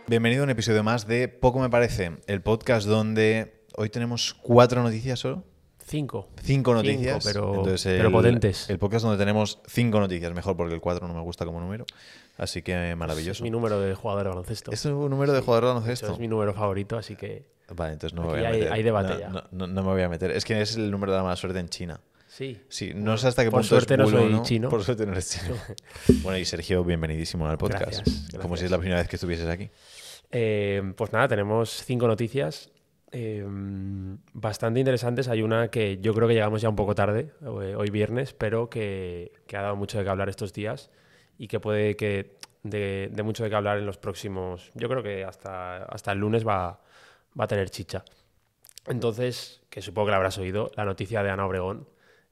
Bienvenido a un episodio más de Poco Me Parece, el podcast donde hoy tenemos 4 noticias solo. 5 noticias. Pero potentes. El podcast donde tenemos 5 noticias, mejor porque el 4 no me gusta como número. Así que maravilloso. Es mi número de jugador de baloncesto. ¿Es un número de jugador de baloncesto? Es mi número favorito, así que... Vale, entonces no me voy Aquí a meter. hay debate ya. No me voy a meter. Es que es el número de la mala suerte en China. Sí. Sí, no sé hasta qué Por punto suerte es no bulo, soy chino. Por suerte no eres chino. Bueno, y Sergio, bienvenidísimo al podcast. Gracias. Como si es la primera vez que estuvieses aquí. Pues nada, tenemos 5 noticias bastante interesantes. Hay una que yo creo que llegamos ya un poco tarde, hoy viernes, pero que ha dado mucho de qué hablar estos días y que puede que de mucho de qué hablar en los próximos... Yo creo que hasta el lunes va a tener chicha. Entonces, que supongo que la habrás oído, la noticia de Ana Obregón.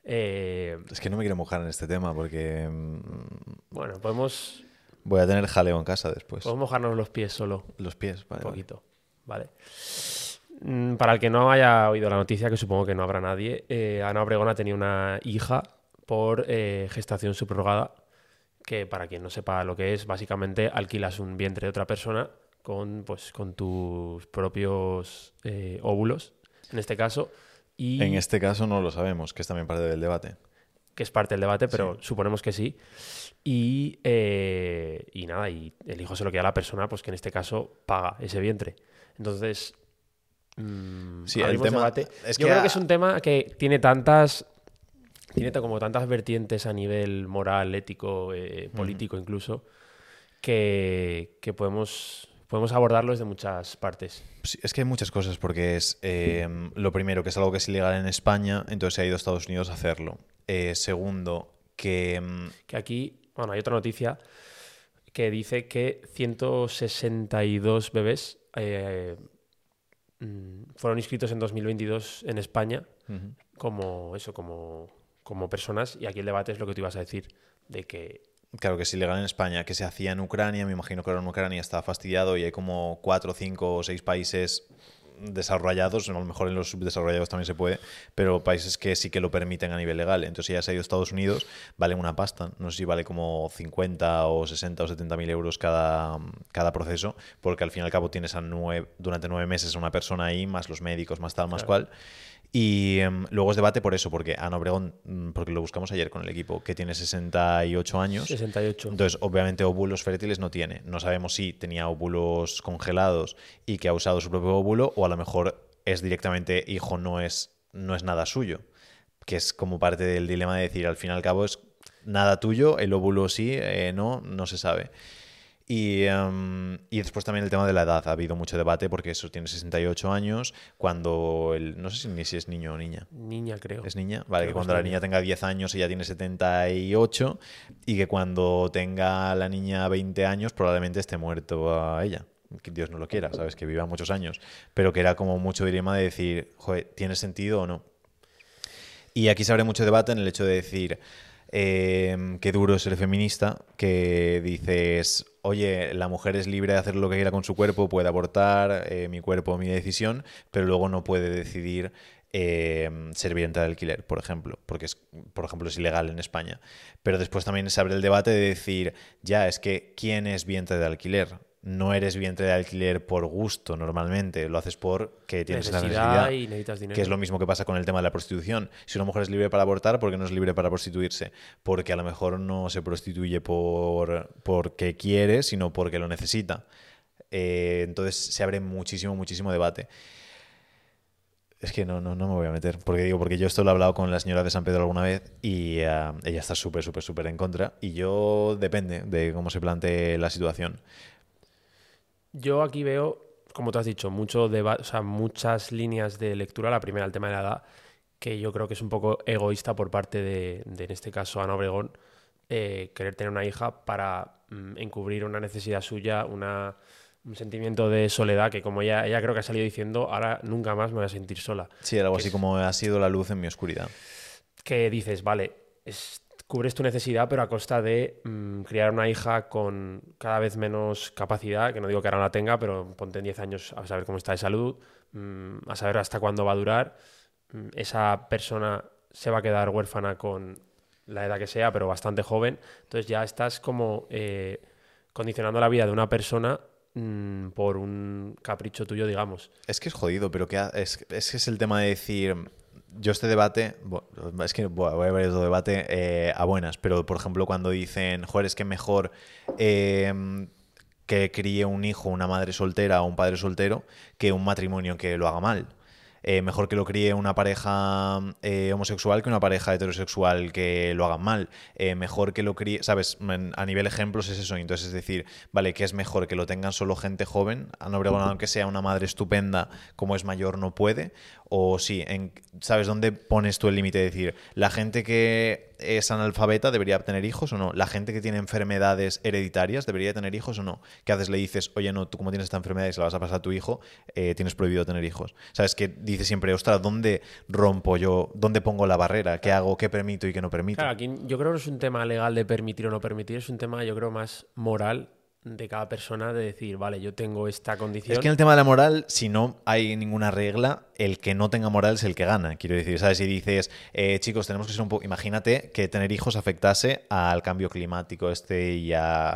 Es que no me quiero mojar en este tema porque... Bueno, podemos voy a tener jaleo en casa después. Podemos mojarnos los pies solo. Los pies, vale. Un poquito, vale. Para el que no haya oído la noticia, que supongo que no habrá nadie, Ana Obregón ha tenido una hija por gestación subrogada, que para quien no sepa lo que es, básicamente alquilas un vientre de otra persona con tus propios óvulos, en este caso. Y en este caso no lo sabemos, que es también parte del debate. Que es parte del debate, pero sí. Suponemos que sí. Y nada, y el hijo se lo queda a la persona, pues que en este caso paga ese vientre. Entonces, sí, el tema debate. Yo creo que es un tema que tiene como tantas vertientes a nivel moral, ético, político incluso, que podemos abordarlo desde muchas partes. Sí, es que hay muchas cosas, porque es lo primero, que es algo que es ilegal en España, entonces se ha ido a Estados Unidos a hacerlo. Segundo, que aquí, bueno, hay otra noticia que dice que 162 bebés fueron inscritos en 2022 en España como personas, y aquí el debate es lo que tú ibas a decir, de que... Claro que es ilegal en España, que se hacía en Ucrania, me imagino que ahora en Ucrania está fastidiado y hay como 4, 5 o 6 países desarrollados, a lo mejor en los subdesarrollados también se puede, pero países que sí que lo permiten a nivel legal. Entonces ya se ha ido a Estados Unidos, vale una pasta, no sé si vale como 50 o 60 o 70 mil euros cada proceso, porque al fin y al cabo tienes durante 9 meses a una persona ahí, más los médicos, más tal, más cual. Y luego es debate por eso, porque Ana Obregón, porque lo buscamos ayer con el equipo, que tiene 68 años. 68. Entonces, obviamente, óvulos fértiles no tiene. No sabemos si tenía óvulos congelados y que ha usado su propio óvulo, o a lo mejor es directamente hijo, no es nada suyo. Que es como parte del dilema de decir, al fin y al cabo, es nada tuyo, el óvulo sí, no se sabe. Y después también el tema de la edad. Ha habido mucho debate porque eso, tiene 68 años, cuando no sé ni si es niño o niña. Niña, creo. ¿Es niña? Vale, Creo que cuando la niña tenga 10 años ella tiene 78 y que cuando tenga la niña 20 años probablemente esté muerto a ella. Que Dios no lo quiera, ¿sabes? Que viva muchos años. Pero que era como mucho dilema de decir, joder, ¿tiene sentido o no? Y aquí se abre mucho debate en el hecho de decir... qué duro es ser feminista, que dices, oye, la mujer es libre de hacer lo que quiera con su cuerpo, puede abortar, mi cuerpo, mi decisión, pero luego no puede decidir ser vientre de alquiler, por ejemplo, porque por ejemplo es ilegal en España. Pero después también se abre el debate de decir, ya, es que ¿quién es vientre de alquiler? No eres vientre de alquiler por gusto normalmente, lo haces porque tienes esa necesidad y necesitas dinero. Que es lo mismo que pasa con el tema de la prostitución. Si una mujer es libre para abortar, ¿por qué no es libre para prostituirse? Porque a lo mejor no se prostituye porque quiere, sino porque lo necesita. Entonces se abre muchísimo debate. Es que no me voy a meter, porque yo esto lo he hablado con la señora de San Pedro alguna vez y ella está súper en contra, y yo depende de cómo se plantee la situación. Yo aquí veo, como tú has dicho, mucho debate, o sea, muchas líneas de lectura. La primera, el tema de la edad, que yo creo que es un poco egoísta por parte de en este caso, Ana Obregón, querer tener una hija para encubrir una necesidad suya, un sentimiento de soledad, que como ella creo que ha salido diciendo, ahora nunca más me voy a sentir sola. Sí, algo así como ha sido la luz en mi oscuridad. Que dices, vale, cubres tu necesidad, pero a costa de criar una hija con cada vez menos capacidad, que no digo que ahora no la tenga, pero ponte en 10 años a saber cómo está de salud, a saber hasta cuándo va a durar. Esa persona se va a quedar huérfana con la edad que sea, pero bastante joven. Entonces ya estás como condicionando la vida de una persona por un capricho tuyo, digamos. Es que es jodido, pero es que es el tema de decir, yo este debate, es que voy a ver este debate a buenas, pero por ejemplo cuando dicen, joder, es que mejor que críe un hijo una madre soltera o un padre soltero que un matrimonio que lo haga mal. Mejor que lo críe una pareja homosexual que una pareja heterosexual que lo hagan mal. Mejor que lo críe, ¿sabes? A nivel ejemplos es eso. Entonces es decir, vale, ¿qué es mejor? ¿Que lo tengan solo gente joven? Ana Obregón, aunque sea una madre estupenda, como es mayor, no puede. O sí, ¿sabes dónde pones tú el límite? De decir, ¿la gente que es analfabeta debería tener hijos o no? ¿La gente que tiene enfermedades hereditarias debería tener hijos o no? ¿Qué haces? Le dices, oye, no, tú como tienes esta enfermedad y se la vas a pasar a tu hijo, tienes prohibido tener hijos. ¿Sabes? Que dice siempre, ostras, ¿dónde rompo yo? ¿Dónde pongo la barrera? ¿Qué hago? ¿Qué permito y qué no permito? Claro, aquí yo creo que no es un tema legal de permitir o no permitir, es un tema, yo creo, más moral de cada persona de decir, vale, yo tengo esta condición. Es que en el tema de la moral, si no hay ninguna regla, el que no tenga moral es el que gana. Quiero decir, ¿sabes? Si dices, chicos, tenemos que ser un poco... Imagínate que tener hijos afectase al cambio climático y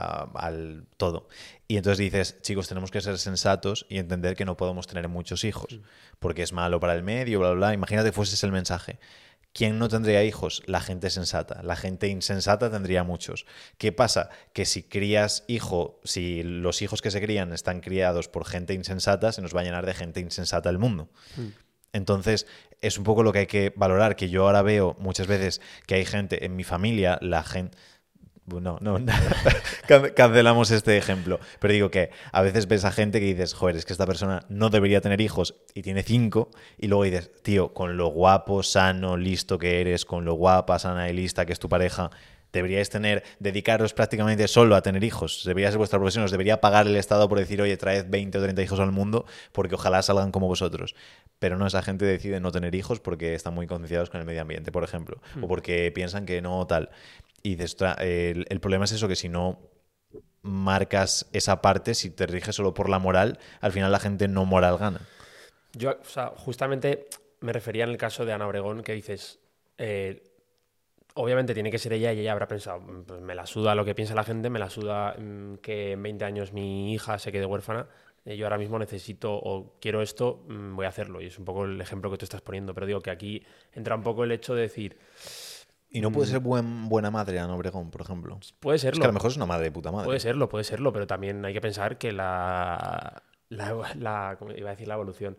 al todo. Y entonces dices, chicos, tenemos que ser sensatos y entender que no podemos tener muchos hijos, porque es malo para el medio, bla, bla, bla. Imagínate que fuese ese el mensaje. ¿Quién no tendría hijos? La gente sensata. La gente insensata tendría muchos. ¿Qué pasa? Que si crías si los hijos que se crían están criados por gente insensata, se nos va a llenar de gente insensata el mundo. Entonces, es un poco lo que hay que valorar, que yo ahora veo muchas veces que hay gente en mi familia, la gente... No, cancelamos este ejemplo. Pero digo que a veces ves a gente que dices, joder, es que esta persona no debería tener hijos y tiene 5, y luego dices, tío, con lo guapo, sano, listo que eres, con lo guapa, sana y lista que es tu pareja, deberíais dedicaros prácticamente solo a tener hijos. Debería ser vuestra profesión, os debería pagar el Estado por decir, oye, traed 20 o 30 hijos al mundo porque ojalá salgan como vosotros. Pero no, esa gente decide no tener hijos porque están muy concienciados con el medio ambiente, por ejemplo, o porque piensan que no tal. Y dices, el problema es eso, que si no marcas esa parte, si te riges solo por la moral, al final la gente no moral gana. Yo, o sea, justamente me refería en el caso de Ana Obregón, que dices, obviamente tiene que ser ella y ella habrá pensado, pues me la suda lo que piensa la gente, me la suda que en 20 años mi hija se quede huérfana, yo ahora mismo necesito o quiero esto, voy a hacerlo. Y es un poco el ejemplo que tú estás poniendo, pero digo que aquí entra un poco el hecho de decir... Y no puede ser buena madre Ana Obregón, por ejemplo. Puede serlo. Es que a lo mejor es una madre de puta madre. Puede serlo, pero también hay que pensar que ¿cómo iba a decir? La evolución.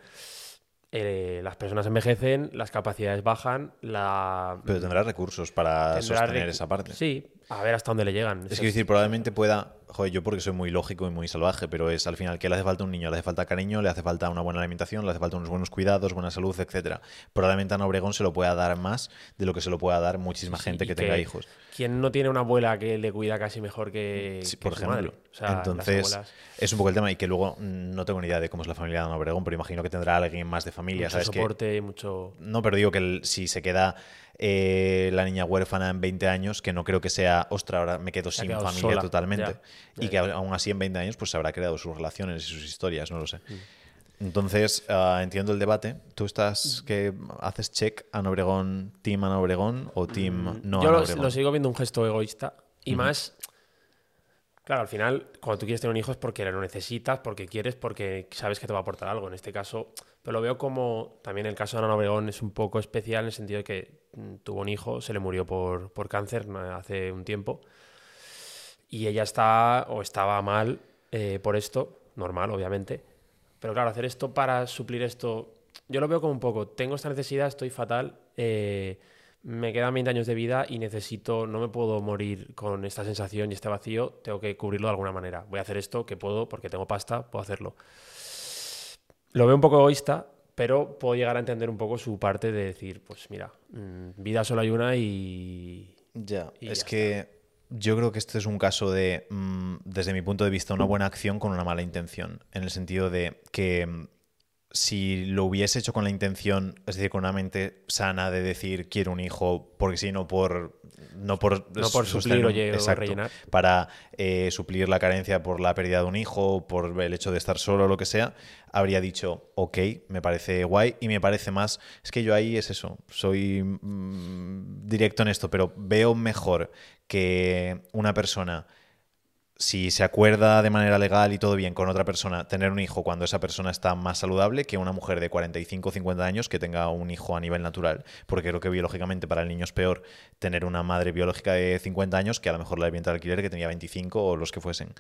Las personas envejecen, las capacidades bajan, Pero tendrá recursos para sostener esa parte. Sí, a ver hasta dónde le llegan. Es que decir, probablemente pueda... Joder, yo porque soy muy lógico y muy salvaje, pero es al final que le hace falta a un niño, le hace falta cariño, le hace falta una buena alimentación, le hace falta unos buenos cuidados, buena salud, etcétera. Probablemente a Ana Obregón se lo pueda dar más de lo que se lo pueda dar muchísima gente que tenga hijos. ¿Quién no tiene una abuela que le cuida casi mejor que, sí, que por su ejemplo. madre? O sea, entonces, es un poco el tema, y que luego no tengo ni idea de cómo es la familia de Ana Obregón, pero imagino que tendrá alguien más de familia. Mucho ¿sabes? soporte, mucho... No, pero digo que si se queda la niña huérfana en 20 años, que no creo que sea, ostras, ahora me quedo sin familia sola. totalmente. Ya, y que aún así en 20 años pues se habrá creado sus relaciones y sus historias, no lo sé. Entonces, entiendo el debate. ¿Tú que haces check Ana Obregón, team Ana Obregón o team no Ana Obregón? Yo lo sigo viendo un gesto egoísta y más... Claro, al final, cuando tú quieres tener un hijo es porque lo necesitas, porque quieres, porque sabes que te va a aportar algo. En este caso, pero lo veo como también el caso de Ana Obregón es un poco especial en el sentido de que tuvo un hijo, se le murió por cáncer hace un tiempo y ella estaba mal por esto, normal, obviamente. Pero claro, hacer esto para suplir esto, yo lo veo como un poco, tengo esta necesidad, estoy fatal, me quedan 20 años de vida y no me puedo morir con esta sensación y este vacío, tengo que cubrirlo de alguna manera. Voy a hacer esto que puedo, porque tengo pasta, puedo hacerlo. Lo veo un poco egoísta, pero puedo llegar a entender un poco su parte de decir, pues mira, vida solo hay una y... Ya, y es ya que está. yo creo que este es un caso de, desde mi punto de vista, una buena acción con una mala intención, en el sentido de que... si lo hubiese hecho con la intención, es decir, con una mente sana de decir quiero un hijo, porque sí, no por suplir o rellenar. Para suplir la carencia por la pérdida de un hijo, por el hecho de estar solo o lo que sea, habría dicho, ok, me parece guay y me parece más... Es que yo ahí es eso, soy directo en esto, pero veo mejor que una persona si se acuerda de manera legal y todo bien con otra persona, tener un hijo cuando esa persona está más saludable que una mujer de 45 o 50 años que tenga un hijo a nivel natural. Porque creo que biológicamente para el niño es peor tener una madre biológica de 50 años que a lo mejor la de vientre de alquiler que tenía 25 o los que fuesen.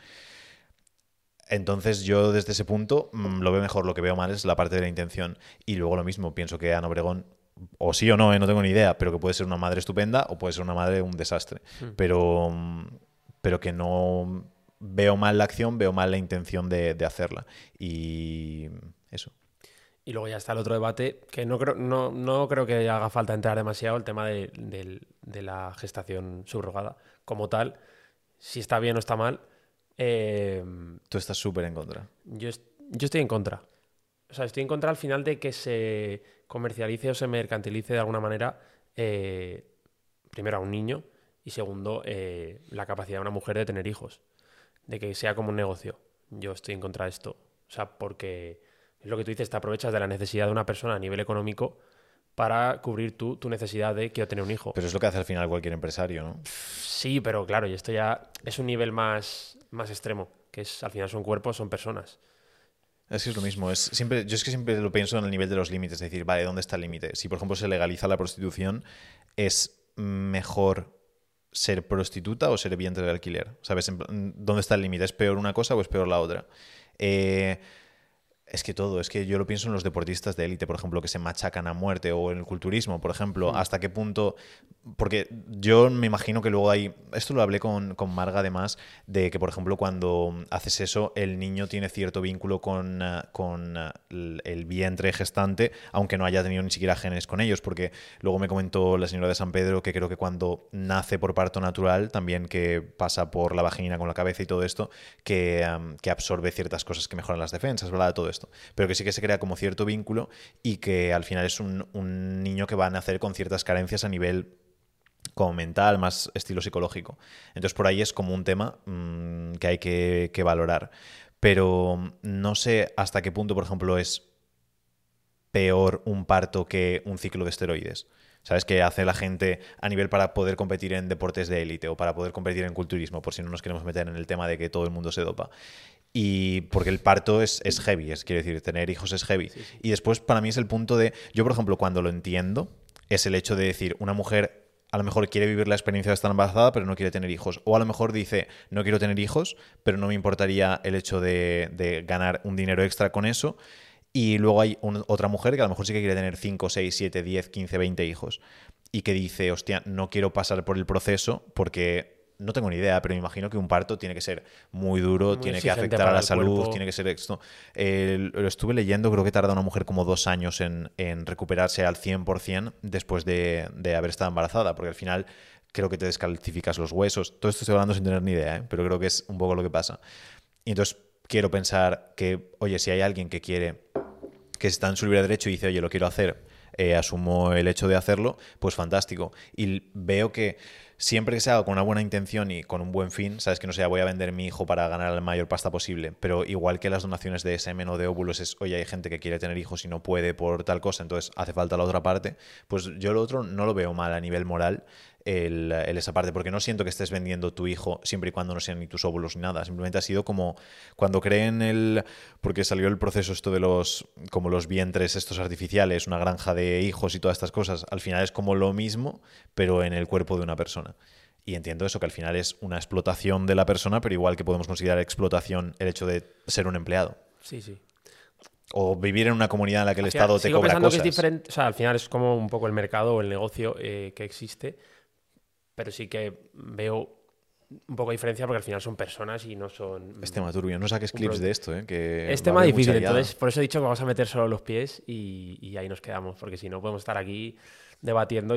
Entonces yo desde ese punto lo veo mejor, lo que veo mal es la parte de la intención. Y luego lo mismo, pienso que Ana Obregón, o sí o no, no tengo ni idea, pero que puede ser una madre estupenda o puede ser una madre un desastre. Pero, pero que no veo mal la acción, veo mal la intención de hacerla. Y eso. Y luego ya está el otro debate, que no creo que haga falta entrar demasiado, el tema de la gestación subrogada como tal, si está bien o está mal. eh, Tú estás súper en contra. yo estoy en contra. O sea, estoy en contra al final de que se comercialice o se mercantilice de alguna manera, primero a un niño y segundo, la capacidad de una mujer de tener hijos, de que sea como un negocio. Yo estoy en contra de esto. O sea, porque es lo que tú dices, te aprovechas de la necesidad de una persona a nivel económico para cubrir tu necesidad de quiero tener un hijo. Pero es lo que hace al final cualquier empresario, ¿no? Sí, pero claro, y esto ya es un nivel más extremo, que es al final son cuerpos, son personas. Es que es lo mismo. Yo es que siempre lo pienso en el nivel de los límites. Es decir, vale, ¿dónde está el límite? Si, por ejemplo, se legaliza la prostitución, ¿es mejor ser prostituta o ser vientre de alquiler? ¿Sabes? ¿Dónde está el límite? ¿Es peor una cosa o es peor la otra? Eh, es que todo, es que yo lo pienso en los deportistas de élite, por ejemplo, que se machacan a muerte, o en el culturismo, por ejemplo, hasta qué punto, porque yo me imagino que luego hay, esto lo hablé con Marga además, de que, por ejemplo, cuando haces eso, el niño tiene cierto vínculo con el vientre gestante, aunque no haya tenido ni siquiera genes con ellos, porque luego me comentó la señora de San Pedro que creo que cuando nace por parto natural, también que pasa por la vagina con la cabeza y todo esto, que absorbe ciertas cosas que mejoran las defensas, ¿verdad? De todo esto. Pero que sí que se crea como cierto vínculo y que al final es un niño que va a nacer con ciertas carencias a nivel como mental, más estilo psicológico. Entonces por ahí es como un tema que hay que valorar. Pero no sé hasta qué punto, por ejemplo, es peor un parto que un ciclo de esteroides. ¿Sabes? Que hace la gente a nivel para poder competir en deportes de élite o para poder competir en culturismo, por si no nos queremos meter en el tema de que todo el mundo se dopa. Y porque el parto es heavy, quiero decir, tener hijos es heavy. Sí, sí. Y después para mí es el punto de, yo por ejemplo cuando lo entiendo, es el hecho de decir, una mujer a lo mejor quiere vivir la experiencia de estar embarazada, pero no quiere tener hijos. O a lo mejor dice, no quiero tener hijos, pero no me importaría el hecho de ganar un dinero extra con eso. Y luego hay otra mujer que a lo mejor sí que quiere tener 5, 6, 7, 10, 15, 20 hijos. Y que dice, hostia, no quiero pasar por el proceso porque no tengo ni idea, pero me imagino que un parto tiene que ser muy duro, Muy tiene que exigente afectar a para la el salud, cuerpo. tiene que ser esto. Lo estuve leyendo, creo que tarda una mujer como 2 años en recuperarse al 100% después de haber estado embarazada, porque al final creo que te descalcificas los huesos. Todo esto estoy hablando sin tener ni idea, ¿eh? Pero creo que es un poco lo que pasa. Y entonces quiero pensar que, oye, si hay alguien que quiere, que está en su libre derecho y dice, oye, lo quiero hacer, asumo el hecho de hacerlo, pues fantástico. Y veo que siempre que se haga con una buena intención y con un buen fin, sabes que no sea voy a vender mi hijo para ganar la mayor pasta posible, pero igual que las donaciones de semen o de óvulos es, oye, hay gente que quiere tener hijos y no puede por tal cosa, entonces hace falta la otra parte, pues yo lo otro no lo veo mal a nivel moral, esa parte, porque no siento que estés vendiendo tu hijo siempre y cuando no sean ni tus óvulos ni nada, simplemente ha sido como cuando creen porque salió el proceso esto de como los vientres estos artificiales, una granja de hijos y todas estas cosas, al final es como lo mismo, pero en el cuerpo de una persona. Y entiendo eso, que al final es una explotación de la persona, pero igual que podemos considerar explotación el hecho de ser un empleado. Sí, sí. O vivir en una comunidad en la que el Al final, Estado te sigo cobra pensando cosas. que es diferente. O sea, al final es como un poco el mercado o el negocio que existe, pero sí que veo un poco de diferencia porque al final son personas y no son Es tema turbio. No saques un clips producto. de esto, que Es va a tema haber mucha difícil, liada. entonces por eso he dicho que vamos a meter solo los pies y ahí nos quedamos, porque si no podemos estar aquí debatiendo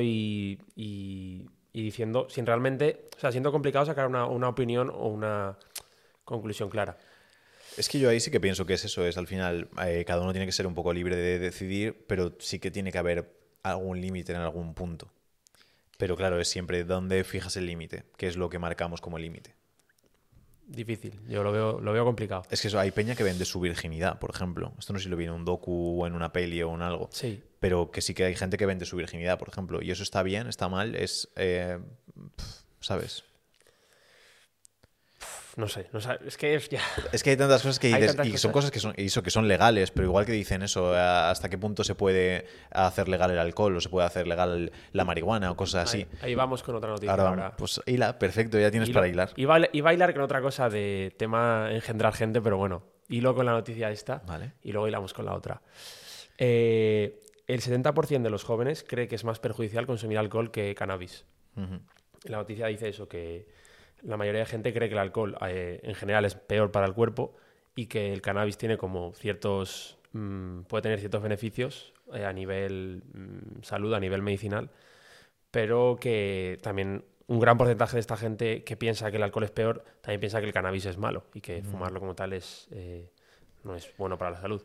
y diciendo sin realmente, o sea, siendo complicado sacar una opinión o una conclusión clara. Es que yo ahí sí que pienso que es eso, es al final cada uno tiene que ser un poco libre de decidir, pero sí que tiene que haber algún límite en algún punto. Pero claro, es siempre dónde fijas el límite, qué es lo que marcamos como límite. Difícil, yo lo veo complicado. Es que eso, hay peña que vende su virginidad, por ejemplo. Esto no sé si lo vi en un docu o en una peli o en algo. Sí, Pero que sí que hay gente que vende su virginidad, por ejemplo. Y eso está bien, está mal, ¿sabes? no sé, es que ya... Es que hay tantas cosas que Hay dices, tantas y son cosas. cosas que son legales, pero igual que dicen eso, hasta qué punto se puede hacer legal el alcohol o se puede hacer legal la marihuana o cosas así. Ahí vamos con otra noticia Ahora vamos, ahora. pues hila, perfecto, ya tienes para hilar. Y bailar con otra cosa de tema engendrar gente, pero bueno, hilo con la noticia esta Vale. y luego hilamos con la otra. El 70% de los jóvenes cree que es más perjudicial consumir alcohol que cannabis. Ujú. La noticia dice eso, que la mayoría de gente cree que el alcohol en general es peor para el cuerpo y que el cannabis tiene como puede tener ciertos beneficios a nivel salud, a nivel medicinal, pero que también un gran porcentaje de esta gente que piensa que el alcohol es peor, también piensa que el cannabis es malo y que fumarlo como tal no es bueno para la salud.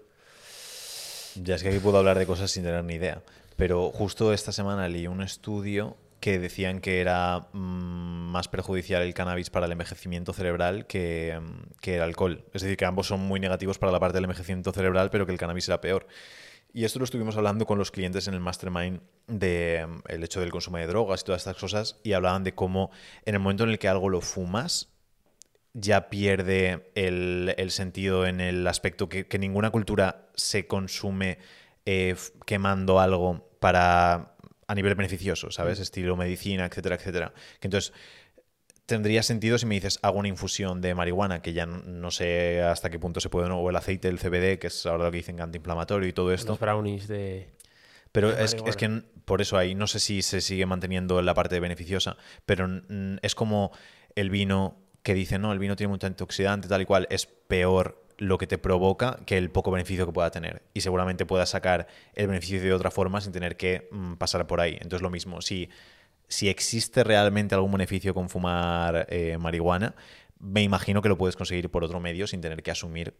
Ya es que aquí puedo hablar de cosas sin tener ni idea, pero justo esta semana leí un estudio que decían que era más perjudicial el cannabis para el envejecimiento cerebral que el alcohol. Es decir, que ambos son muy negativos para la parte del envejecimiento cerebral, pero que el cannabis era peor. Y esto lo estuvimos hablando con los clientes en el mastermind de el hecho del consumo de drogas y todas estas cosas, y hablaban de cómo en el momento en el que algo lo fumas, ya pierde el sentido en el aspecto que ninguna cultura se consume quemando algo para a nivel beneficioso, ¿sabes? Estilo medicina, etcétera, etcétera. Que entonces tendría sentido si me dices hago una infusión de marihuana, que ya no sé hasta qué punto se puede, ¿no? O el aceite del CBD, que es ahora lo que dicen antiinflamatorio y todo esto. Los brownies de... Pero de es que marihuana. por eso ahí no sé si se sigue manteniendo en la parte beneficiosa, pero es como el vino que dice, no, el vino tiene mucho antioxidante, tal y cual, es peor lo que te provoca que el poco beneficio que pueda tener. Y seguramente puedas sacar el beneficio de otra forma sin tener que pasar por ahí. Entonces lo mismo, si existe realmente algún beneficio con fumar marihuana, me imagino que lo puedes conseguir por otro medio sin tener que asumir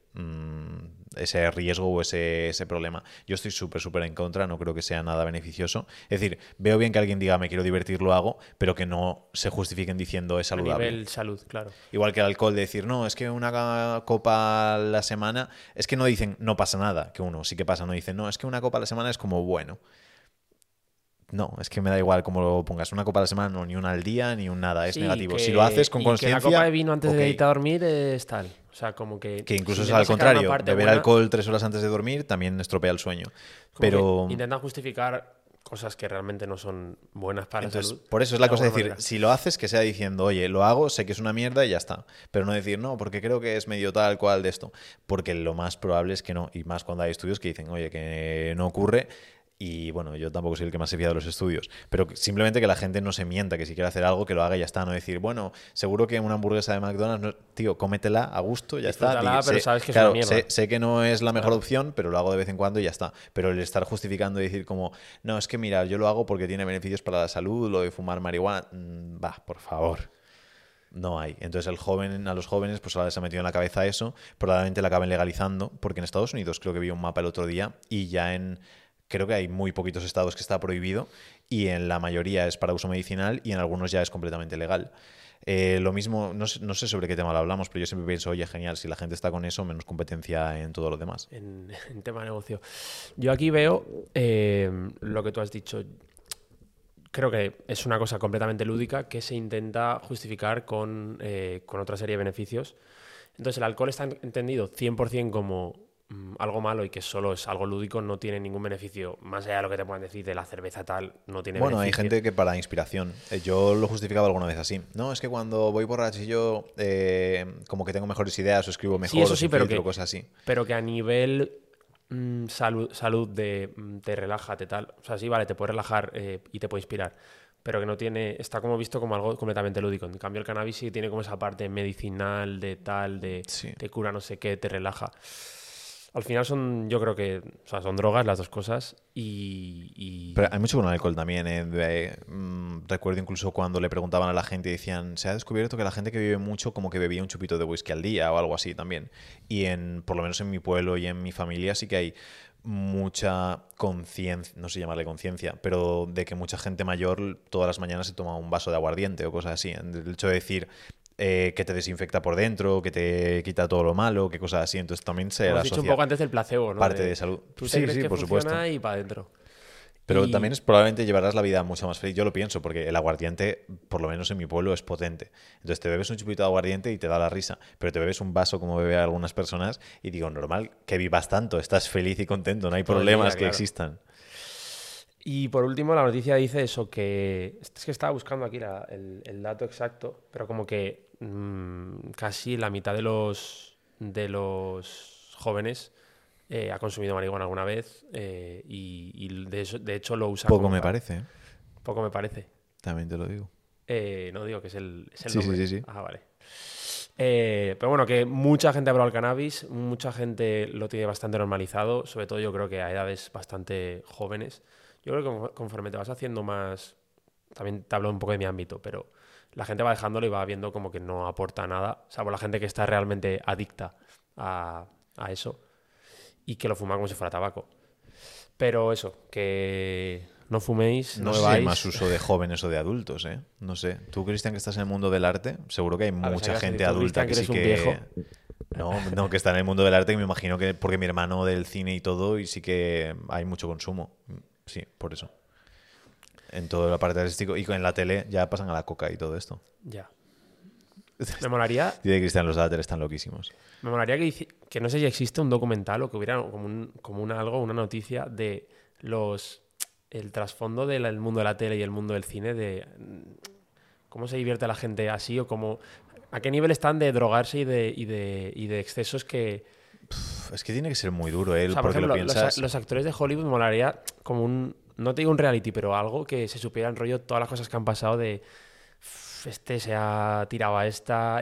ese riesgo o ese problema. Yo estoy súper en contra, no creo que sea nada beneficioso. Es decir, veo bien que alguien diga me quiero divertir, lo hago, pero que no se justifiquen diciendo es A saludable. nivel salud, claro. Igual que el alcohol, de decir, no, es que una copa a la semana, es que no dicen no pasa nada, que uno sí que pasa, no dicen, no, es que una copa a la semana es como bueno. No, es que me da igual cómo lo pongas. Una copa a la semana, no, ni una al día, ni un nada, es Sí, negativo. Si lo haces con conciencia. Que la copa de vino antes ok. de irte a dormir es tal. O sea, como que. Que incluso si es al intentas sacar una contrario. parte Beber buena, alcohol 3 horas antes de dormir también estropea el sueño. como Pero que intentan justificar cosas que realmente no son buenas para entonces, la salud. por eso es la cosa de alguna decir, manera. si lo haces, que sea diciendo, oye, lo hago, sé que es una mierda y ya está. Pero no decir, no, porque creo que es medio tal cual de esto. Porque lo más probable es que no. Y más cuando hay estudios que dicen, oye, que no ocurre. Y bueno, yo tampoco soy el que más se fía de los estudios, pero simplemente que la gente no se mienta, que si quiere hacer algo, que lo haga y ya está. No decir, bueno, seguro que una hamburguesa de McDonald's, no, tío, cómetela a gusto, ya está. Disfrútala, pero sabes que es claro, una mierda. sé que no es la mejor Claro. opción, pero lo hago de vez en cuando y ya está. Pero el estar justificando y decir como, no, es que mira, yo lo hago porque tiene beneficios para la salud, lo de fumar marihuana, va, por favor. No hay. Entonces a los jóvenes pues ahora les ha metido en la cabeza eso, probablemente la acaben legalizando, porque en Estados Unidos creo que vi un mapa el otro día y ya creo que hay muy poquitos estados que está prohibido y en la mayoría es para uso medicinal y en algunos ya es completamente legal. Lo mismo, no sé sobre qué tema lo hablamos, pero yo siempre pienso, oye, genial, si la gente está con eso, menos competencia en todo lo demás. En tema de negocio. Yo aquí veo lo que tú has dicho. Creo que es una cosa completamente lúdica que se intenta justificar con otra serie de beneficios. Entonces, el alcohol está entendido 100% como algo malo y que solo es algo lúdico, no tiene ningún beneficio, más allá de lo que te puedan decir de la cerveza tal, no tiene Bueno, hay beneficio. gente que para inspiración. Yo lo justificaba alguna vez así. No, es que cuando voy borrachillo, como que tengo mejores ideas o escribo mejor Sí, eso o sí, sin pero filtro, que, cosas así. pero que a nivel salud de te relaja, te tal. O sea, sí, vale, te puede relajar y te puede inspirar, pero que no tiene, está como visto como algo completamente lúdico. En cambio, el cannabis sí tiene como esa parte medicinal, de tal, de Sí. te cura no sé qué, te relaja. Al final yo creo que, o sea, son drogas las dos cosas y Pero hay mucho con el alcohol también. Recuerdo incluso cuando le preguntaban a la gente y decían, se ha descubierto que la gente que vive mucho como que bebía un chupito de whisky al día o algo así también. Y por lo menos en mi pueblo y en mi familia sí que hay mucha conciencia, no sé llamarle conciencia, pero de que mucha gente mayor todas las mañanas se toma un vaso de aguardiente o cosas así. El hecho de decir que te desinfecta por dentro, que te quita todo lo malo, que cosas así. Entonces también se como le has dicho un asocia poco antes del placebo, ¿no? parte de salud. Tú te Sí, crees sí, que por funciona supuesto. y para adentro. Pero Y también es probablemente llevarás la vida mucho más feliz. Yo lo pienso, porque el aguardiente, por lo menos en mi pueblo, es potente. Entonces te bebes un chupito de aguardiente y te da la risa. Pero te bebes un vaso como beben algunas personas y digo, normal que vivas tanto, estás feliz y contento, no hay todo el día, problemas que claro. existan. Y por último, la noticia dice eso, que es que estaba buscando aquí el dato exacto, pero como que casi la mitad de los jóvenes ha consumido marihuana alguna vez y de hecho lo usa Poco como me parece, ¿eh? poco me parece. También te lo digo. No digo que es el Sí, sí, nombre. sí, sí. Ah, vale. Pero bueno, que mucha gente ha probado el cannabis, mucha gente lo tiene bastante normalizado, sobre todo yo creo que a edades bastante jóvenes. Yo creo que conforme te vas haciendo más, también te hablo un poco de mi ámbito, pero la gente va dejándolo y va viendo como que no aporta nada, salvo la gente que está realmente adicta a eso y que lo fuma como si fuera tabaco. Pero eso, que no fuméis, No no sé si hay más bebáis. uso de jóvenes o de adultos, ¿eh? No sé. Tú, Cristian, que estás en el mundo del arte, seguro que hay A ver, mucha sabías decir gente tú, adulta Cristian, que que sí eres un viejo. que... No, no, que está en el mundo del arte, y me imagino que porque mi hermano del cine y todo, y sí que hay mucho consumo. Sí, por eso. En todo el aparato artístico. Y en la tele ya pasan a la coca y todo esto. Ya. Me molaría, Dice Cristian, los de la tele están loquísimos. me molaría que no sé si existe un documental o que hubiera una noticia de el trasfondo del mundo de la tele y el mundo del cine, de cómo se divierte la gente así o a qué nivel están de drogarse y de excesos que... Es que tiene que ser muy duro, O ¿eh? sea, por Porque lo ejemplo, piensas... los actores de Hollywood me molaría como no te digo un reality, pero algo que se supiera en rollo todas las cosas que han pasado de este se ha tirado a esta,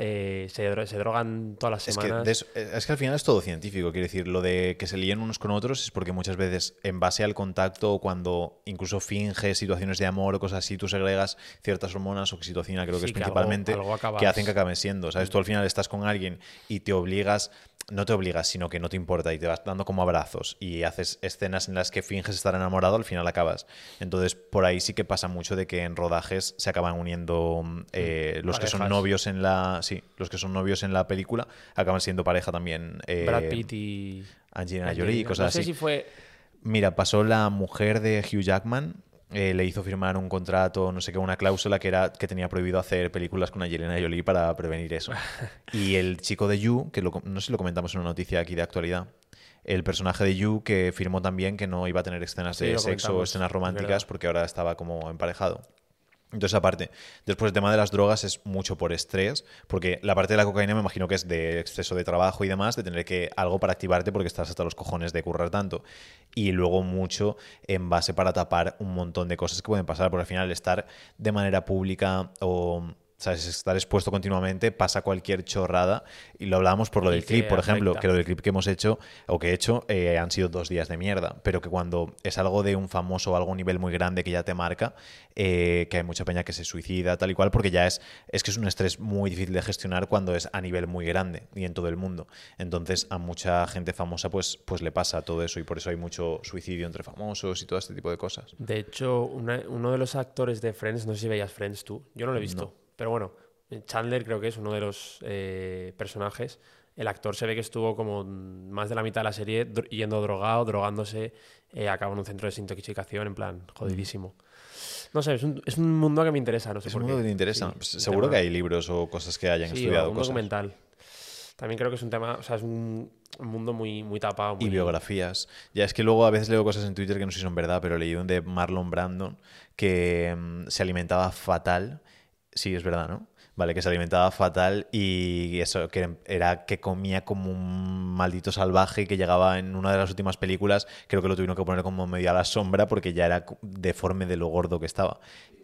se drogan todas las Es que, semanas. es que al final es todo científico, quiero decir, lo de que se líen unos con otros es porque muchas veces en base al contacto o cuando incluso finges situaciones de amor o cosas así, tú segregas ciertas hormonas, oxitocina creo que es Sí, que principalmente, algo que hacen que acabas. acaben siendo, ¿sabes? Tú al final estás con alguien y te obligas, no te obligas, sino que no te importa y te vas dando como abrazos y haces escenas en las que finges estar enamorado, al final acabas. Entonces, por ahí sí que pasa mucho de que en rodajes se acaban uniendo los que son Parejas. novios en la... Sí, los que son novios en la película acaban siendo pareja también. Brad Pitt y Angelina Jolie y Angelina. No cosas sé así. si fue... Mira, pasó la mujer de Hugh Jackman, le hizo firmar un contrato, no sé qué, una cláusula que tenía prohibido hacer películas con Angelina Jolie para prevenir eso. Y el chico de You, que no sé si lo comentamos en una noticia aquí de actualidad, el personaje de You que firmó también que no iba a tener escenas Sí, de lo sexo o comentamos, escenas es románticas verdad. porque ahora estaba como emparejado. Entonces, aparte, después el tema de las drogas es mucho por estrés, porque la parte de la cocaína me imagino que es de exceso de trabajo y demás, de tener que algo para activarte porque estás hasta los cojones de currar tanto. Y luego mucho en base para tapar un montón de cosas que pueden pasar, porque al final estar de manera pública o... ¿Sabes? Estar expuesto continuamente, pasa cualquier chorrada. Y lo hablábamos por lo Y del clip, que por ejemplo, afecta. que lo del clip que hemos hecho o que he hecho han sido 2 días de mierda. Pero que cuando es algo de un famoso o algo a un nivel muy grande que ya te marca, que hay mucha peña que se suicida, tal y cual, porque ya es que es un estrés muy difícil de gestionar cuando es a nivel muy grande y en todo el mundo. Entonces, a mucha gente famosa pues le pasa todo eso y por eso hay mucho suicidio entre famosos y todo este tipo de cosas. De hecho, uno de los actores de Friends, no sé si veías Friends tú, yo no lo he visto, No. pero bueno, Chandler creo que es uno de los personajes. El actor se ve que estuvo como más de la mitad de la serie yendo drogado, drogándose, acabó en un centro de desintoxicación, en plan, jodidísimo. No sé, es un mundo que me interesa, no sé Es un por mundo qué. que te interesa. Sí, Pues el seguro que tema. hay libros o cosas que hayan Sí, o estudiado algún cosas. documental. También creo que es un tema, o sea, es un mundo muy, muy tapado, Y muy... biografías. Ya es que luego a veces leo cosas en Twitter que no sé si son verdad, pero leí un de Marlon Brandon que se alimentaba fatal. Sí, es verdad, ¿no? Vale, que se alimentaba fatal y eso, que era que comía como un maldito salvaje y que llegaba en una de las últimas películas, creo que lo tuvieron que poner como medio a la sombra porque ya era deforme de lo gordo que estaba.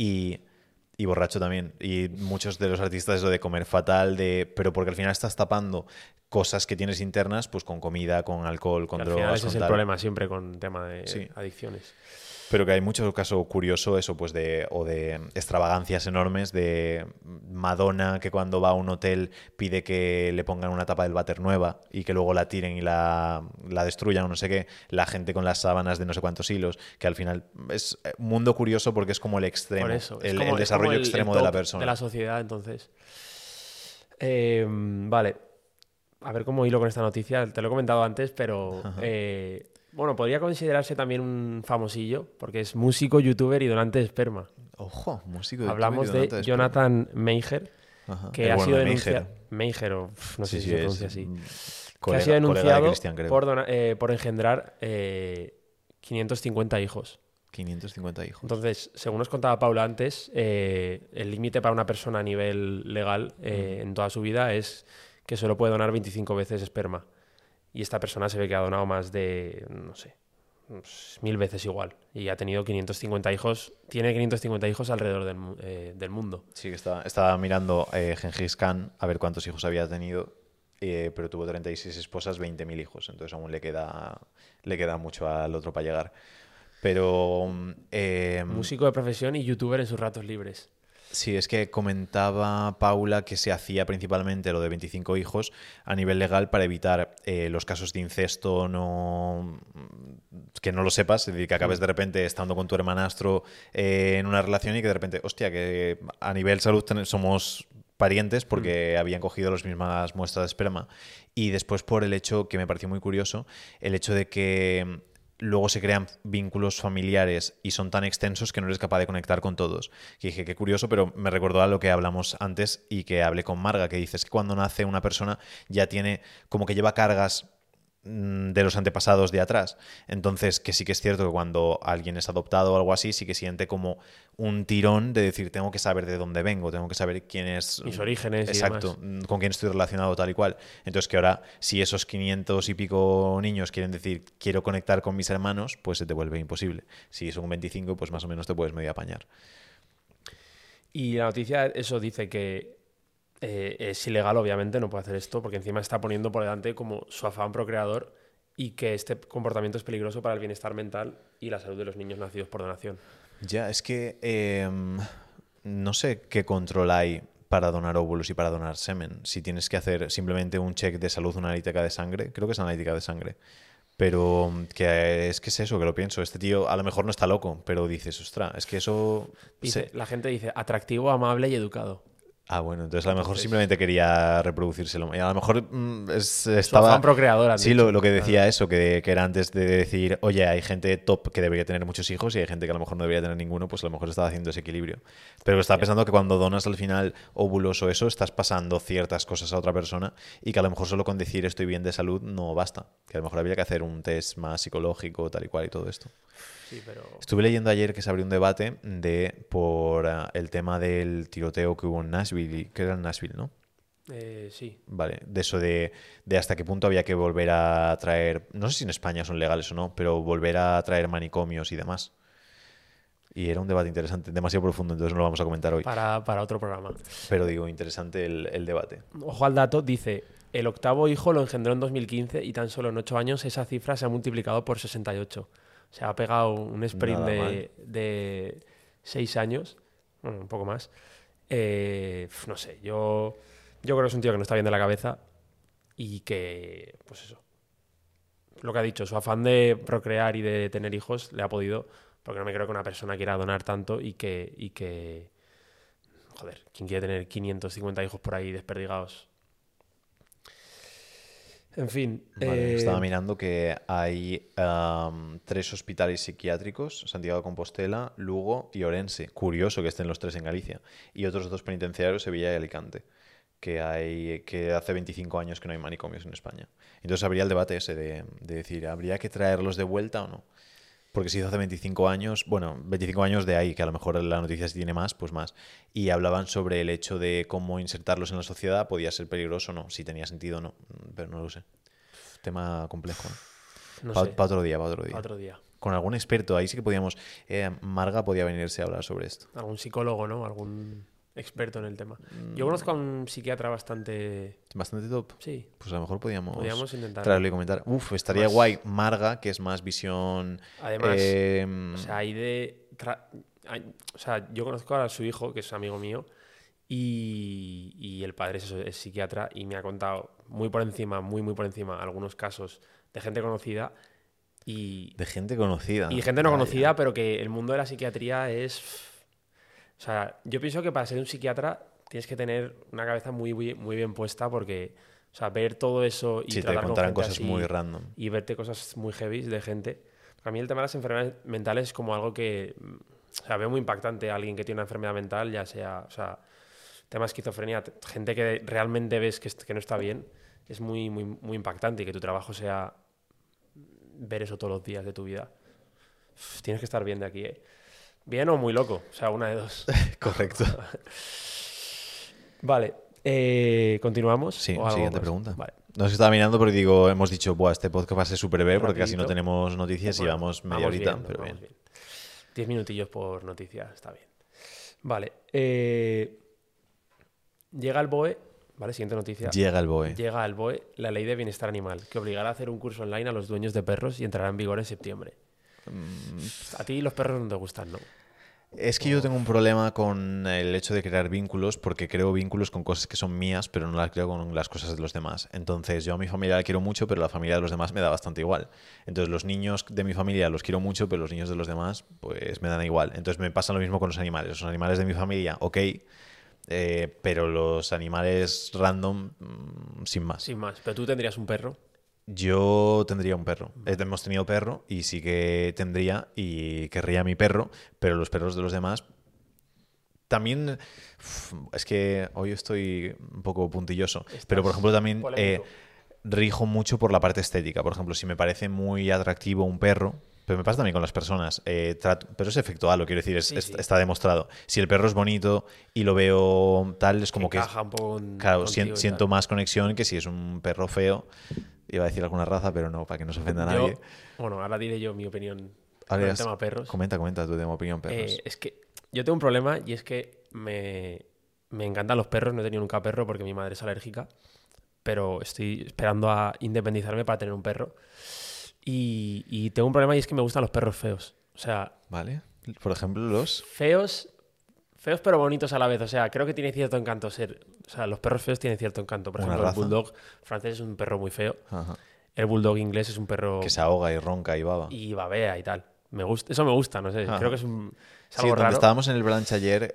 Y borracho también. Y muchos de los artistas eso de comer fatal, pero porque al final estás tapando cosas que tienes internas, pues con comida, con alcohol, Que con al final drogas, ese es con el tal. problema siempre con tema de Sí. adicciones. Pero que hay mucho caso curioso eso, pues de extravagancias enormes de Madonna que cuando va a un hotel pide que le pongan una tapa del váter nueva y que luego la tiren y la destruyan o no sé qué. La gente con las sábanas de no sé cuántos hilos, que al final es un mundo curioso porque es como el Por extremo, eso, el es como desarrollo el extremo de la top de la persona. sociedad, entonces. Vale, a ver cómo hilo con esta noticia. Te lo he comentado antes, pero Bueno, podría considerarse también un famosillo, porque es músico, youtuber y donante de esperma. Ojo, músico de Hablamos youtuber y de donante de esperma. Jonathan Meijer, Ajá. que El ha bueno sido de denunciado. Meijer. Meijer, o no sé Sí, si sí, se es pronuncia así. Que ha colega, sido colega de denunciado Cristian, creo. por engendrar 550 hijos. 550 hijos. Entonces, según nos contaba Paula antes, el límite para una persona a nivel legal en toda su vida es que solo puede donar 25 veces esperma. Y esta persona se ve que ha donado más de, no sé, 1000 veces igual. Y ha tenido 550 hijos, tiene 550 hijos alrededor del mundo. Sí, que estaba mirando Gengis Khan a ver cuántos hijos había tenido, pero tuvo 36 esposas, 20.000 hijos. Entonces aún le queda mucho al otro para llegar. Pero Músico de profesión y youtuber en sus ratos libres. sí, es que comentaba Paula que se hacía principalmente lo de 25 hijos a nivel legal para evitar los casos de incesto que no lo sepas, es decir, que acabes de repente estando con tu hermanastro en una relación y que de repente, hostia, que a nivel salud somos parientes porque habían cogido las mismas muestras de esperma. Y después por el hecho, que me pareció muy curioso, el hecho de que luego se crean vínculos familiares y son tan extensos que no eres capaz de conectar con todos. Que dije, qué curioso, pero me recordó a lo que hablamos antes y que hablé con Marga, que dices que cuando nace una persona ya tiene, como que lleva cargas de los antepasados de atrás. Entonces, que sí que es cierto que cuando alguien es adoptado o algo así, sí que siente como un tirón de decir, tengo que saber de dónde vengo, tengo que saber quién es... Mis orígenes Exacto, y demás. con quién estoy relacionado tal y cual. Entonces, que ahora, si esos 500 y pico niños quieren decir, quiero conectar con mis hermanos, pues se te vuelve imposible. Si son 25, pues más o menos te puedes medio apañar. Y la noticia, eso dice que es ilegal, obviamente, no puede hacer esto, porque encima está poniendo por delante como su afán procreador y que este comportamiento es peligroso para el bienestar mental y la salud de los niños nacidos por donación. Ya, es que no sé qué control hay para donar óvulos y para donar semen. Si tienes que hacer simplemente un check de salud, una analítica de sangre, creo que es analítica de sangre. Pero que es eso, que lo pienso. Este tío a lo mejor no está loco, pero dices, ostras, es que eso... La gente dice atractivo, amable y educado. Ah, bueno, entonces a lo mejor Entonces, simplemente quería reproducírselo. Y a lo mejor su estaba... afán procreador, han Sí, dicho. lo que decía eso, que era antes de decir, oye, hay gente top que debería tener muchos hijos y hay gente que a lo mejor no debería tener ninguno, pues a lo mejor estaba haciendo ese equilibrio. Pero estaba pensando que cuando donas al final óvulos o eso, estás pasando ciertas cosas a otra persona y que a lo mejor solo con decir estoy bien de salud no basta. Que a lo mejor habría que hacer un test más psicológico, tal y cual y todo esto. Sí, pero... Estuve leyendo ayer que se abrió un debate por el tema del tiroteo que hubo en Nashville, que era en Nashville, ¿no? sí. Vale, de eso de hasta qué punto había que volver a traer, no sé si en España son legales o no, pero volver a traer manicomios y demás. Y era un debate interesante, demasiado profundo, entonces no lo vamos a comentar hoy. Para otro programa. Pero digo, interesante el debate. Ojo al dato, dice, el octavo hijo lo engendró en 2015 y tan solo en 8 años esa cifra se ha multiplicado por 68. O sea, ha pegado un sprint de 6 años, bueno, un poco más. No sé, yo creo que es un tío que no está bien de la cabeza y que, pues eso, lo que ha dicho, su afán de procrear y de tener hijos le ha podido, porque no me creo que una persona quiera donar tanto y que joder, ¿quién quiere tener 550 hijos por ahí desperdigados? En fin. Vale, estaba mirando que hay 3 hospitales psiquiátricos, Santiago de Compostela, Lugo y Orense. Curioso que estén los 3 en Galicia. Y otros 2 penitenciarios, Sevilla y Alicante. Que hace 25 años que no hay manicomios en España. Entonces habría el debate ese de decir, ¿habría que traerlos de vuelta o no? Porque se hizo hace 25 años, bueno, 25 años de ahí, que a lo mejor la noticia si tiene más, pues más. Y hablaban sobre el hecho de cómo insertarlos en la sociedad, podía ser peligroso o no, si tenía sentido o no, pero no lo sé. Tema complejo. No Para sé. otro día, para Otro día. Con algún experto, ahí sí que podíamos... Marga podía venirse a hablar sobre esto. Algún psicólogo, ¿no? Algún experto en el tema. Yo conozco a un psiquiatra bastante... Bastante top. Sí. Pues a lo mejor podíamos intentar traerlo y comentar. Uf, estaría Más- guay. Marga, que es más visión... Además, o sea, o sea, yo conozco a su hijo, que es amigo mío, y el padre es psiquiatra y me ha contado muy por encima, muy por encima, algunos casos de gente conocida de gente conocida. y gente no Vaya. conocida, pero que el mundo de la psiquiatría es... O sea, yo pienso que para ser un psiquiatra tienes que tener una cabeza muy bien puesta porque, o O sea, ver todo eso y Sí, te tratar con contarán gente cosas así muy random. y verte cosas muy heavy de gente. A mí el tema de las enfermedades mentales es como algo que, o sea, veo muy impactante a alguien que tiene una enfermedad mental, ya sea, o sea, tema de esquizofrenia, gente que realmente ves que no está bien, es muy, muy, muy impactante y que tu trabajo sea ver eso todos los días de tu vida. Uf, tienes que estar bien de aquí, ¿eh? Bien o muy loco, o sea, una de dos. Correcto. Vale, ¿continuamos? Sí, ¿O algo siguiente más? pregunta. Vale. Nos estaba mirando porque digo, hemos dicho, buah, este podcast va a ser súper breve porque casi no Rapidito. tenemos noticias y Bueno, vamos media vamos horita, bien, pero vamos bien. bien. 10 minutillos por noticia, está bien. Vale. Llega el BOE, ¿vale? Siguiente noticia. Llega el BOE. Llega al BOE la ley de bienestar animal, que obligará a hacer un curso online a los dueños de perros y entrará en vigor en septiembre. A ti los perros no te gustan, ¿no? Es que yo tengo un problema con el hecho de crear vínculos porque creo vínculos con cosas que son mías, pero no las creo con las cosas de los demás. Entonces yo a mi familia la quiero mucho, pero la familia de los demás me da bastante igual. Entonces los niños de mi familia los quiero mucho, pero los niños de los demás pues me dan igual. Entonces me pasa lo mismo con los animales. Los animales de mi familia, ok, pero los animales random, sin más. Sin más. Pero tú tendrías un perro. Yo tendría un perro. Hemos tenido perro y sí que tendría y querría a mi perro, pero los perros de los demás también. Es que hoy estoy un poco puntilloso, pero por ejemplo también polémico. rijo mucho por la parte estética. Por ejemplo, si me parece muy atractivo un perro, pero me pasa también con las personas, pero es efecto halo, quiero decir, Sí, sí. está demostrado. Si el perro es bonito y lo veo tal, es como que encaja un poco claro, contigo y siento tal. más conexión que si es un perro feo. Iba a decir alguna raza, pero no, para que no se ofenda a Yo, nadie. bueno, ahora diré yo mi opinión Ahora con el dirás, tema perros. comenta tu tema, opinión, perros. Es que yo tengo un problema y es que me encantan los perros. No he tenido nunca perro porque mi madre es alérgica, pero estoy esperando a independizarme para tener un perro. Y tengo un problema y es que me gustan los perros feos. O sea, ¿Vale? Por ejemplo, los... feos pero bonitos a la vez. O sea, creo que tiene cierto encanto ser. O sea, los perros feos tienen cierto encanto. Por ¿Una ejemplo, raza? el bulldog francés es un perro muy feo. Ajá. El bulldog inglés es un perro Que se ahoga y ronca y baba. y babea y tal. Me gusta, eso me gusta, no sé. Ajá. Creo que es Sí, algo donde raro. estábamos en el brunch ayer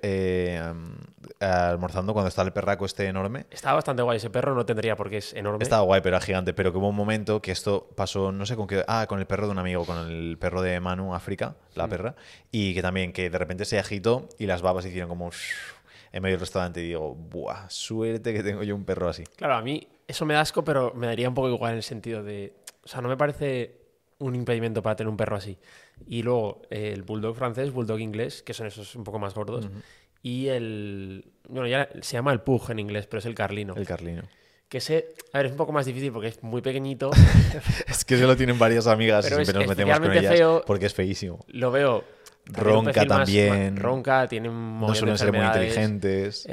almorzando cuando estaba el perraco este enorme. Estaba bastante guay ese perro, no tendría porque es enorme. Estaba guay, pero era gigante. Pero que hubo un momento que esto pasó, no sé con qué. Ah, con el perro de un amigo, con el perro de Manu, África, la perra. Y que también, que de repente se agitó y las babas hicieron como en medio del restaurante. Y digo, ¡buah! Suerte que tengo yo un perro así. Claro, a mí eso me da asco, pero me daría un poco igual en el sentido de. O sea, no me parece un impedimento para tener un perro así. Y luego el bulldog francés, bulldog inglés, que son esos un poco más gordos. Y el. Bueno, ya se llama el pug en inglés, pero es el carlino. El carlino. Que ese. A ver, es un poco más difícil porque es muy pequeñito. Es que se lo tienen varias amigas Pero y siempre es nos metemos con especialmente ellas feo. porque es feísimo. Lo veo. tiene un Ronca perfil también. ronca, tiene un No montón de suelen ser muy enfermedades. inteligentes.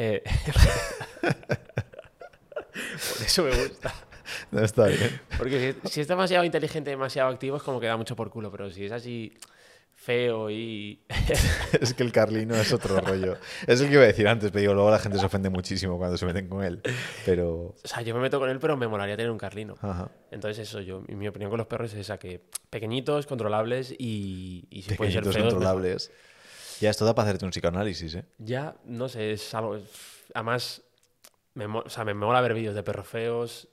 Por eso me gusta. No está bien. Porque si es demasiado inteligente, demasiado activo, es como que da mucho por culo. Pero si es así feo y. Es que el carlino es otro rollo. Es el que iba a decir antes, pero digo, luego la gente se ofende muchísimo cuando se meten con él. Pero. O sea, yo me meto con él, pero me molaría tener un carlino. Ajá. Entonces, eso, mi opinión con los perros es esa: que pequeñitos, controlables y si pueden ser Pequeñitos feos. controlables. Ya esto da para hacerte un psicoanálisis, ¿eh? Ya, no sé, es algo. Además, o sea, me mola ver vídeos de perros feos.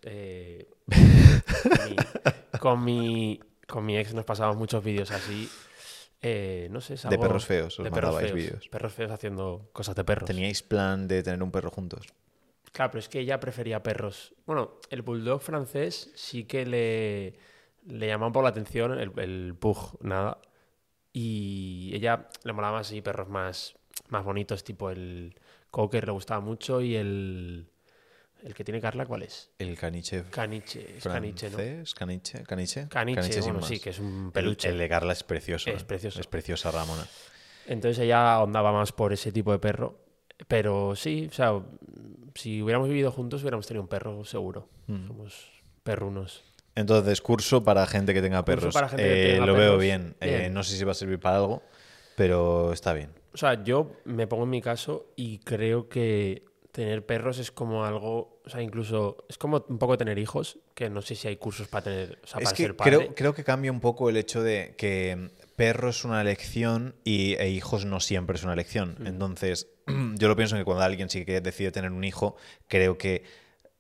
Con mi ex nos pasábamos muchos vídeos así. No sé, es De algo. perros feos, os De perros mandabais feos. vídeos. Perros feos haciendo cosas de perros. ¿Teníais plan de tener un perro juntos? Claro, pero es que ella prefería perros. Bueno, el bulldog francés sí que le llamaba un poco la atención, el pug, nada. Y ella le molaba más así perros más bonitos, tipo el cocker le gustaba mucho y el que tiene Carla, ¿cuál es? El caniche Caniche, es caniche, ¿no? francés, caniche. Caniche, sin bueno, más. sí, que es un peluche. El de Carla es precioso. Es precioso. Es preciosa, Ramona. Entonces ella ahondaba más por ese tipo de perro. Pero sí, o sea, si hubiéramos vivido juntos hubiéramos tenido un perro seguro. Somos perrunos. Entonces, curso para gente que tenga Curso perros. para gente que tenga lo veo perros. bien. Bien. No sé si va a servir para algo, pero está bien. O sea, yo me pongo en mi caso y creo que tener perros es como algo, o sea, incluso es como un poco tener hijos, que no sé si hay cursos para tener, o sea, Es para que ser padre. creo que cambia un poco el hecho de que perro es una elección e hijos no siempre es una elección. Entonces, yo lo pienso que cuando alguien sí que decide tener un hijo, creo que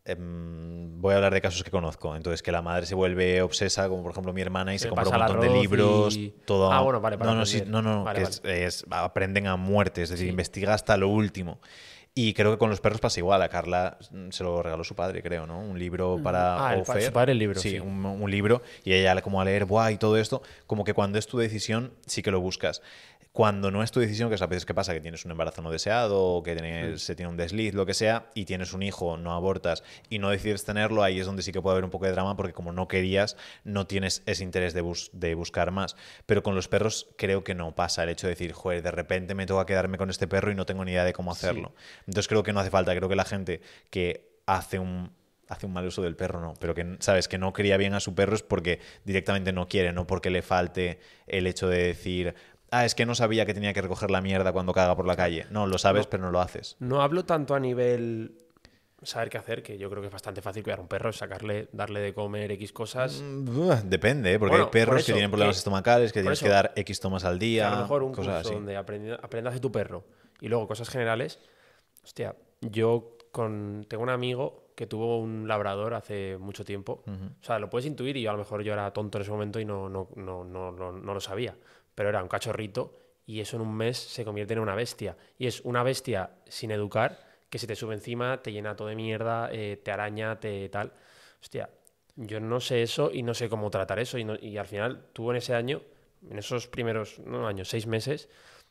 voy a hablar de casos que conozco. Entonces, que la madre se vuelve obsesa, como por ejemplo mi hermana, y se compra un pasa el montón de arroz libros, y... todo. Ah, bueno, vale, para No, no, sí, aprender. no, Vale, que vale. aprenden a muerte, es decir, Sí. investiga hasta lo último. Y creo que con los perros pasa igual. A Carla se lo regaló su padre, creo, ¿no? Un libro para Su Ofer. padre el libro, Sí, sí. un libro. Y ella como a leer, ¡buah! Y todo esto. Como que cuando es tu decisión, sí que lo buscas. Cuando no es tu decisión, que es a veces que pasa, que tienes un embarazo no deseado, o que se tiene un desliz, lo que sea, y tienes un hijo, no abortas, y no decides tenerlo, ahí es donde sí que puede haber un poco de drama, porque como no querías, no tienes ese interés de buscar más. Pero con los perros creo que no pasa el hecho de decir, joder, de repente me toca quedarme con este perro y no tengo ni idea de cómo hacerlo. Entonces creo que no hace falta, creo que la gente que hace un mal uso del perro, no, pero que sabes que no cría bien a su perro es porque directamente no quiere, no porque le falte el hecho de decir, es que no sabía que tenía que recoger la mierda cuando caga por la calle. No, lo sabes, No, pero no lo haces. no hablo tanto a nivel saber qué hacer, que yo creo que es bastante fácil cuidar un perro, sacarle, darle de comer X cosas. Depende, ¿eh? Porque hay Bueno, por perros que eso, tienen problemas estomacales, que por tienes eso, que dar X tomas al que a lo día, mejor un cosas curso así. donde aprendas de tu perro y luego cosas generales. Hostia, yo tengo un amigo que tuvo un labrador hace mucho tiempo. O sea, lo puedes intuir y yo a lo mejor yo era tonto en ese momento y no lo sabía. Pero era un cachorrito y eso en un mes se convierte en una bestia. Y es una bestia sin educar que se te sube encima, te llena todo de mierda, te araña, te tal. Hostia, yo no sé eso y no sé cómo tratar eso. Y al final, tú en ese año, en esos primeros años, 6 meses,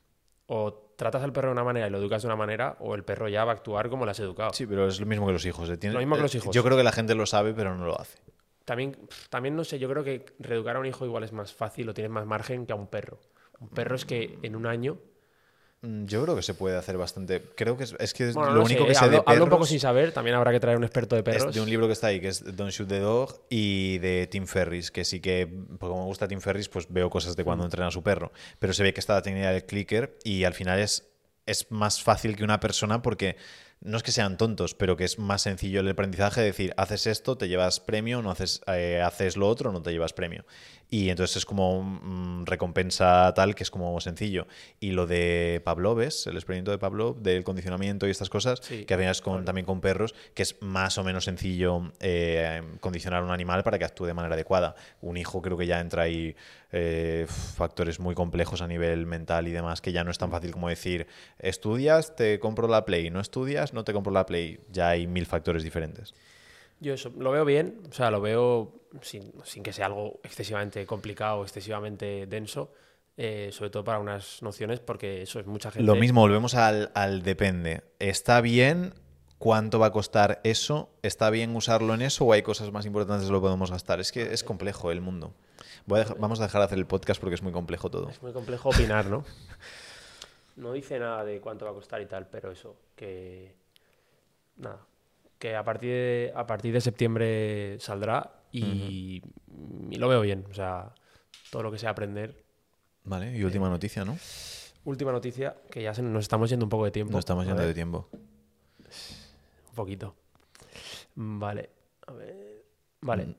o tratas al perro de una manera y lo educas de una manera, o el perro ya va a actuar como lo has educado. Sí, pero es lo mismo que los hijos. Lo mismo que los hijos. Yo creo que la gente lo sabe, pero no lo hace. También no sé, yo creo que reeducar a un hijo igual es más fácil o tienes más margen que a un perro. Un perro es que en un año... Yo creo que se puede hacer bastante. Creo que es que Bueno, lo no único sé, que sé de hablo un poco perros sin saber, también habrá que traer un experto de es perros. de un libro que está ahí, que es Don't Shoot the Dog, y de Tim Ferriss, que sí que, pues como me gusta Tim Ferriss, pues veo cosas de cuando entrena a su perro. Pero se ve que está la técnica del clicker y al final es más fácil que una persona porque no es que sean tontos, pero que es más sencillo el aprendizaje de decir, haces esto, te llevas premio, no haces lo otro, no te llevas premio. Y entonces es como recompensa tal que es como sencillo. Y lo de Pavlov es el experimento de Pavlov, del condicionamiento y estas cosas, Sí, que al final es también con perros, que es más o menos sencillo condicionar a un animal para que actúe de manera adecuada. Un hijo creo que ya entra ahí factores muy complejos a nivel mental y demás, que ya no es tan fácil como decir, estudias, te compro la Play, no estudias, no te compro la Play. Ya hay 1000 factores diferentes. yo eso lo veo bien, o sea, lo veo sin que sea algo excesivamente complicado, excesivamente denso, sobre todo para unas nociones, porque eso es mucha gente... Lo mismo, volvemos al depende. ¿Está bien? ¿Cuánto va a costar eso? ¿Está bien usarlo en eso o hay cosas más importantes que lo podemos gastar? Es que es complejo el mundo. Vamos a dejar de hacer el podcast porque es muy complejo todo. Es muy complejo opinar, ¿no? No dice nada de cuánto va a costar y tal, pero eso, que... Nada, que a partir de septiembre saldrá y lo veo bien, o sea, todo lo que sea aprender. Vale, y última noticia, ¿no? Última noticia, que ya nos estamos yendo un poco de tiempo. No estamos A yendo ver, de tiempo. un poquito. Vale, a ver. Vale.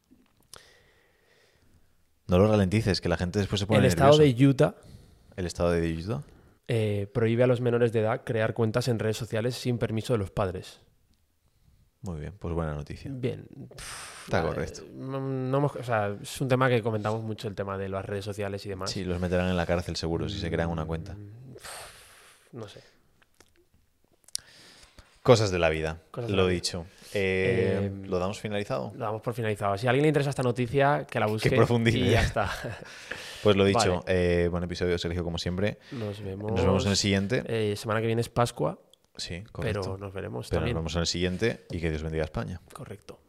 No lo ralentices, que la gente después se pone El estado nerviosa. de Utah ¿El estado de Utah? prohíbe a los menores de edad crear cuentas en redes sociales sin permiso de los padres. Muy bien, pues buena noticia. Bien. Está Vale, correcto. o sea, es un tema que comentamos mucho, el tema de las redes sociales y demás. Sí, los meterán en la cárcel seguro si se crean una cuenta. No sé. Cosas de la vida, Cosas de lo la vida. dicho. Eh, ¿Lo damos finalizado? Lo damos por finalizado. Si a alguien le interesa esta noticia, que la busque profundice. y ya está. Pues lo dicho, Vale. buen episodio, Sergio, como siempre. Nos vemos. Nos vemos en el siguiente. Semana que viene es Pascua, Sí, correcto. pero nos veremos Pero nos también. vemos en el siguiente y que Dios bendiga a España. Correcto.